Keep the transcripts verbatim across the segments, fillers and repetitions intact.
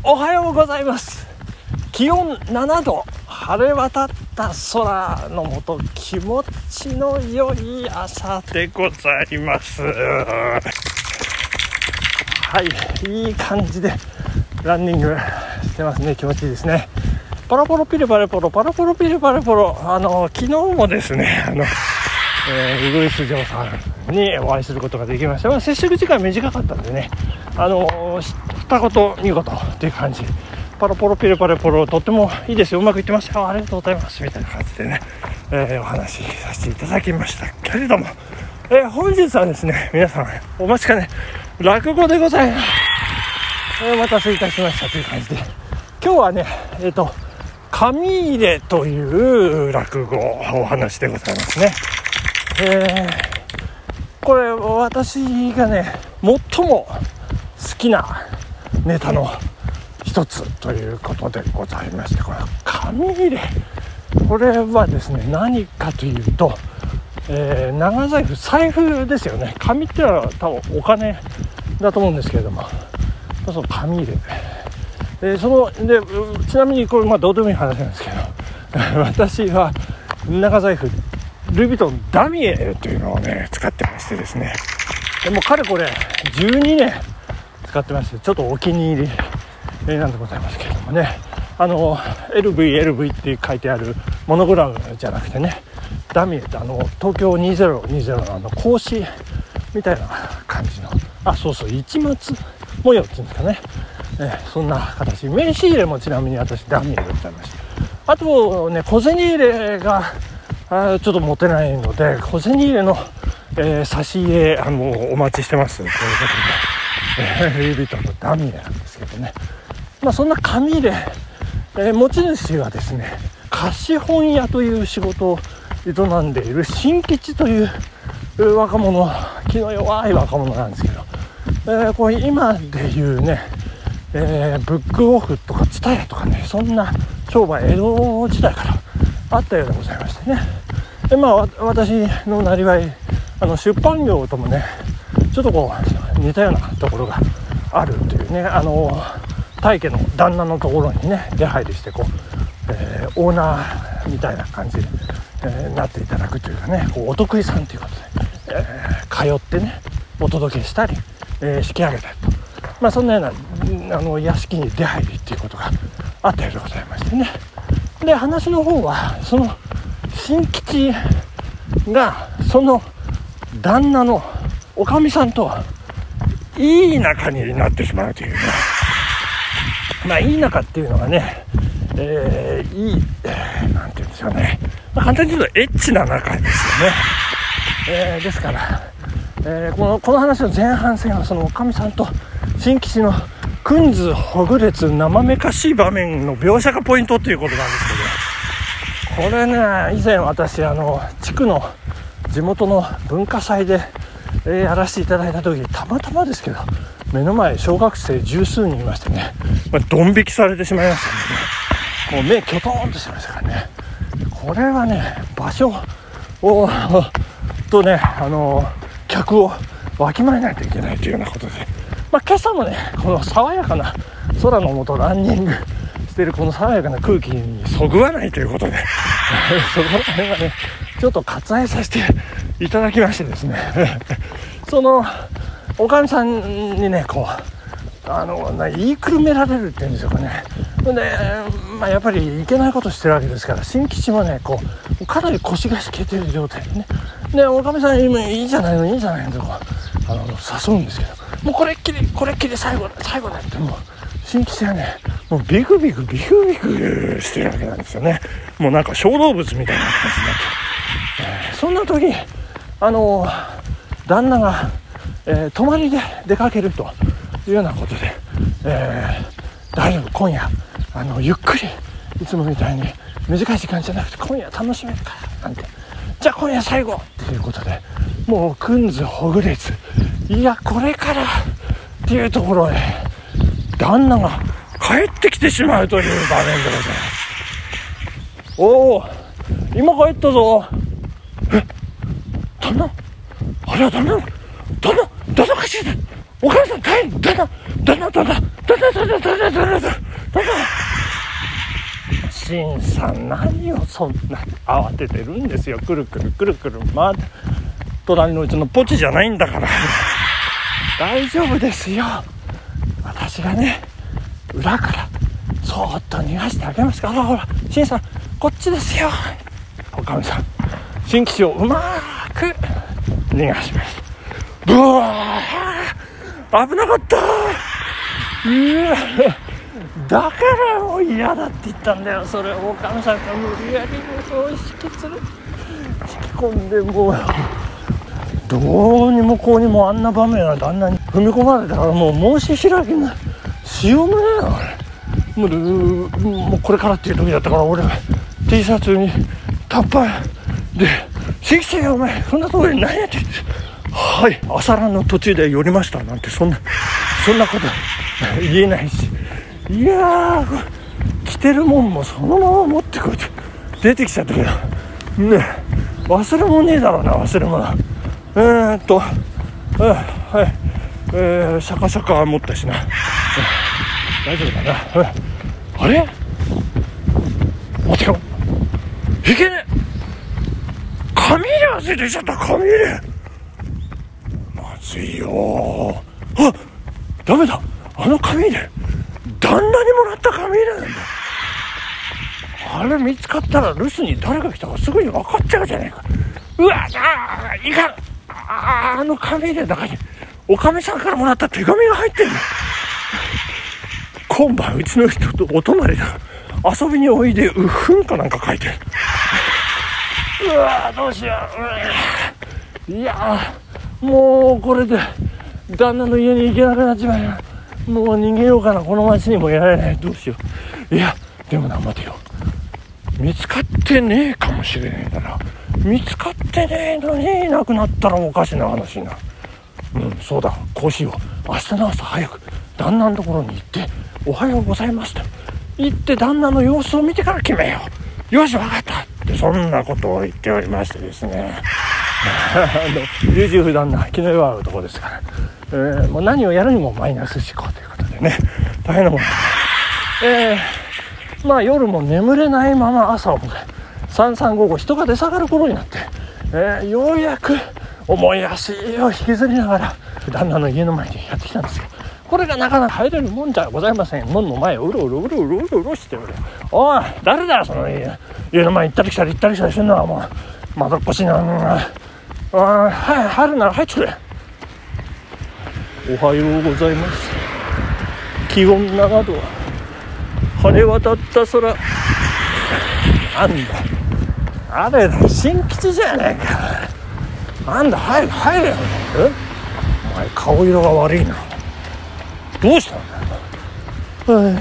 おはようございます。気温ななど、晴れ渡った空の下、気持ちの良い朝でございます。はい、いい感じでランニングしてますね。気持ちいいですね。パラポロピルパラポロパラポロピルパラポロ、あの昨日もですね、あのえー、ウグイス嬢さんにお会いすることができました。まあ、接触時間短かったんでね、あの二言見事っていう感じ。パラポロピルパラポロ、とってもいいですよ、うまくいってますよ、ありがとうございますみたいな感じでね、えー、お話しさせていただきましたけれども、えー、本日はですね、皆さんお待ちかね落語でございます。えー、お待たせいたしましたという感じで、今日はね、えっと紙入れという落語お話でございますね。えー、これ私がね最も好きなネタの一つということでございまして、これ紙入れ、これはですね何かというと、えー、長財布、財布ですよね。紙ってのは多分お金だと思うんですけれども、そうそう紙入れ、えー、そのでちなみにこれまあどうでもいい話なんですけど私は長財布ルイ・ヴィトンダミエというのをね使ってましてですね、でもかれこれじゅうにねん使ってまして、ちょっとお気に入りなんでございますけれどもね、あの エルブイエルブイ って書いてあるモノグラムじゃなくてね、ダミエってあの東京にせんにじゅうのあの格子みたいな感じの、あそうそう市松模様っていうんですかね、えー、そんな形。名刺入れもちなみに私ダミエでございました。あとね小銭入れがあちょっと持てないので、小銭入れの、えー、差し入れあのお待ちしてますということで、えー、ルイ・ヴィトンのダミエなんですけどね、まあそんな紙入れ、えー、持ち主はですね貸本屋という仕事を営んでいる新吉という若者、気の弱い若者なんですけど、えー、これ今でいうね、えー、ブックオフとかツタヤとかね、そんな商売江戸時代からあったようでございましてね。でまあ私のなりわい、あの出版業ともねちょっとこう似たようなところがあるというね、あの大家の旦那のところにね出入りしてこう、えー、オーナーみたいな感じで、えー、なっていただくというかね、こうお得意さんということで、えー、通ってねお届けしたり、えー、引き上げたりと、まあそんなようなあの屋敷に出入りっていうことがあったようでございましてね。で話の方はその新吉がその旦那のおかみさんといい仲になってしまうというね、まあいい仲っていうのはね、えー、いい、えー、なんて言うんでしょうね、まあ、簡単に言うとエッチな仲ですよね。えー、ですから、えー、このこの話の前半戦はそのおかみさんと新吉のくんずほぐれつ生めかしい場面の描写がポイントということなんですけど、これね以前私あの地区の地元の文化祭で、えー、やらせていただいた時、たまたまですけど目の前小学生十数人いましてね、まあ、ドン引きされてしまいましたので、ね、もう目キョトーンとしてましたからね。これはね場所をとねあの客をわきまえないといけないというようなことで、まあ、今朝もねこの爽やかな空の下ランニングしているこの爽やかな空気にそぐわないということでそこら辺はねちょっと割愛させていただきましてですねそのおかみさんにねこうあの言いくるめられるっていうんでしょうかね。で、まあ、やっぱりいけないことしてるわけですから、新吉もねこうかなり腰が引けてる状態でね、でおかみさん今いいじゃないのいいじゃないのとこうあの誘うんですけど、もうこれっきりこれっきり最後だ最後だってもう新吉はねもうビクビクビクビクしてるわけなんですよね。もうなんか小動物みたいな感じになって、えー、そんな時あの旦那が、えー、泊まりで出かけるというようなことで、えー、大丈夫今夜あのゆっくりいつもみたいに短い時間じゃなくて今夜楽しめるからなんて、じゃあ今夜最後っていうことでもうくんずほぐれつ、いやこれからっていうところへ旦那が帰ってきてしまうという場面でございます。おお今帰ったぞ。え旦那あれは旦那旦那旦那かしら、お母さん大変旦那旦那旦那旦那新さん何をそんな慌ててるんですよ。くるくるくるくるまあ隣のうちのポチじゃないんだから大丈夫ですよ。私がね裏からそーっと逃がしてあげますから。ほらほら新さんこっちですよ。おかみさん新吉をうまーく逃がします。ブワー危なかった。うわだからもう嫌だって言ったんだよ。それをおかみさんが無理やり僕を引きつる引き込んでもうどうにもこうにもあんな場面は旦那に踏み込まれたからもう申し開きのしようもないよ。もう、もうこれからっていう時だったから俺は T シャツに短パンで新吉お前そんなところに何やって言ってはい朝ランの途中で寄りましたなんてそんなそんなこと言えないし、いやー着てるもんもそのまま持ってこいって出てきちゃったけどね忘れ物ねえだろうな。忘れ物えーっとえー、はいえー、シャカシャカ持ったしな、えー、大丈夫だな、えー、あれ待てよいけね紙入れ忘れてきちゃった。紙入れまずいよ。あダメだあの紙入れ旦那にもらった紙入れなんだ。あれ見つかったら留守に誰が来たかすぐに分かっちゃうじゃないか。うわあいかん あ, あの紙入れの中におかみさんからもらった手紙が入ってる。今晩うちの人とお泊まりだ遊びにおいでうふんかなんか書いてる。うわどうしよう。いやもうこれで旦那の家に行けなくなっちまうよ。もう逃げようかなこの町にもいられない。どうしよう。いやでもな待てよ見つかってねえかもしれないんだな。見つかってねえのにいなくなったらおかしな話になる。うんそうだこうしよう。明日の朝早く旦那のところに行っておはようございますと言って旦那の様子を見てから決めよう。よし分かったってそんなことを言っておりましてですねあの優柔不断な気の弱い男ですから、えー、もう何をやるにもマイナス思考ということでね大変なもの、えー、まあ夜も眠れないまま朝を迎え三々午後人が出下がる頃になって、えー、ようやく重い足を引きずりながら旦那の家の前にやってきたんですけどこれがなかなか入れるもんじゃございません。門の前をうろうろうろうろうろうろしておる。おい誰だその家家の前行ったり来たり行ったり来たりしてるのはもう窓っこしなおいはい入るなら入ってくれ。おはようございます。気温ななど晴れ渡った空なんだあれだ新吉じゃねえか。なんだ入る入れよ。えお前顔色が悪いな。どうしたんだよ。はい、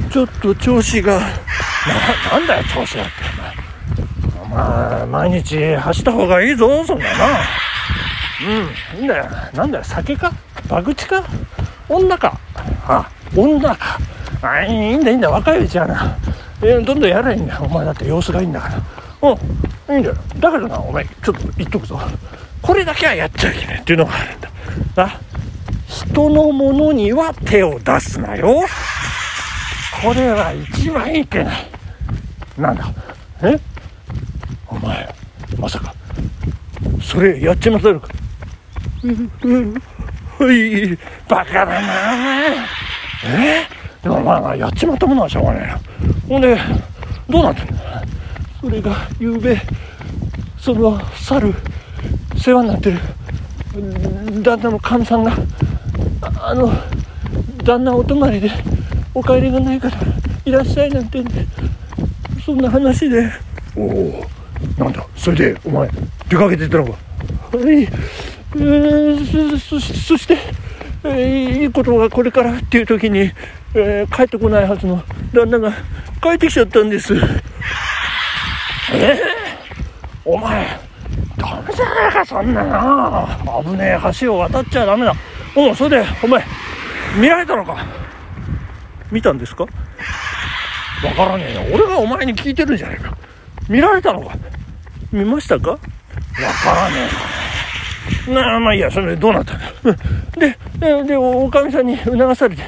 ちょっと調子が な, なんだよ調子がってお前、お前毎日走った方がいいぞそんなな。うんいいんだよ。なんだよ酒かバグチか女かあ女かあいいんだいいんだ若いうちはな、えー、どんどんやればいいんだよ。お前だって様子がいいんだからうんいいんだよ。だけどなお前ちょっと言っとくぞこれだけはやっちゃいけないっていうのがあるんだな。人のものには手を出すなよ。これは一番いけない。なんだえお前まさかそれやっちまったのか。はいバカだなお前。えでもまあまあやっちまったものはしょうがないな。ほんでどうなってんだ。それがゆうべその猿世話になってる旦那のかみさんがあの旦那お泊まりでお帰りがないからいらっしゃいなんて、ね、そんな話でおおなんだそれでお前出かけてったのか。はい、えー、そ, そ, そして、えー、いいことがこれからっていう時に、えー、帰ってこないはずの旦那が帰ってきちゃったんです。えー、お前ダメじゃないかそんなな。危ねえ橋を渡っちゃダメだ。おうそれでお前見られたのか。見たんですか。わからねえよ俺がお前に聞いてるんじゃないか。見られたのか見ましたか。わからねえなあまあいいやそれでどうなったんだ。ででおかみさんに促されて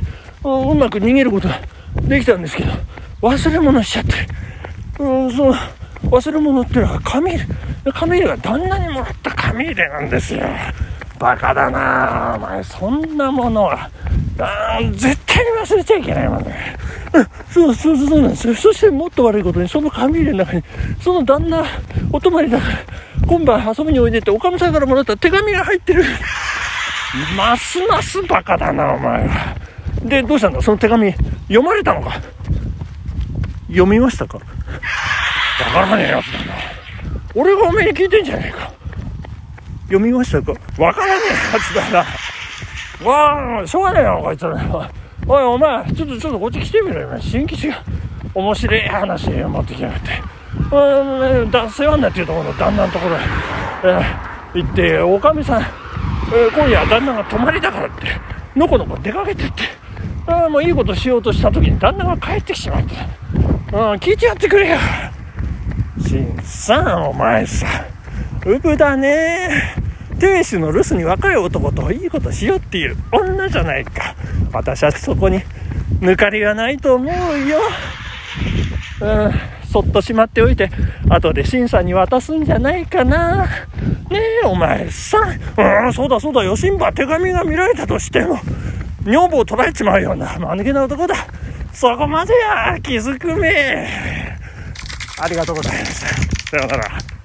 うまく逃げることができたんですけど、忘れ物しちゃって、うん、その忘れ物っていうのは紙入れ紙入れが旦那にもらった紙入れなんですよ。バカだなお前、そんなものはあ絶対に忘れちゃいけないもんね。そうそうそうなんですよ。そしてもっと悪いことに、その紙入れの中にその旦那お泊まりだから今晩遊びにおいでっておかみさんからもらった手紙が入ってる。ますますバカだなお前は。でどうしたんだ、その手紙読まれたのか、読みましたか。わからねえやつだな、俺がおめえに聞いてんじゃねえか。読みましたか。わからねえやつだな。わあしょうがねえよこいつら。おいお前ちょっとちょっとこっち来てみろよ。新吉が面白い話持ってきやがって、うんだ世話になっているところの旦那のところへ、えー、行って、おかみさん、えー、今夜旦那が泊まりだからってのこのこ出かけてって、あもういいことしようとした時に旦那が帰ってきちまって、うん、聞いてやってくれよ。新さんお前さうぶだね。亭主の留守に若い男といいことしようっていう女じゃないか。私はそこに抜かりがないと思うよ。うん、そっとしまっておいて後で新さんに渡すんじゃないかな。ねえお前さ、うん、そうだそうだ、よしんば手紙が見られたとしても女房を捉えちまうような間抜けな男だ。そこまでや気づくめ。ありがとうございました。さようなら。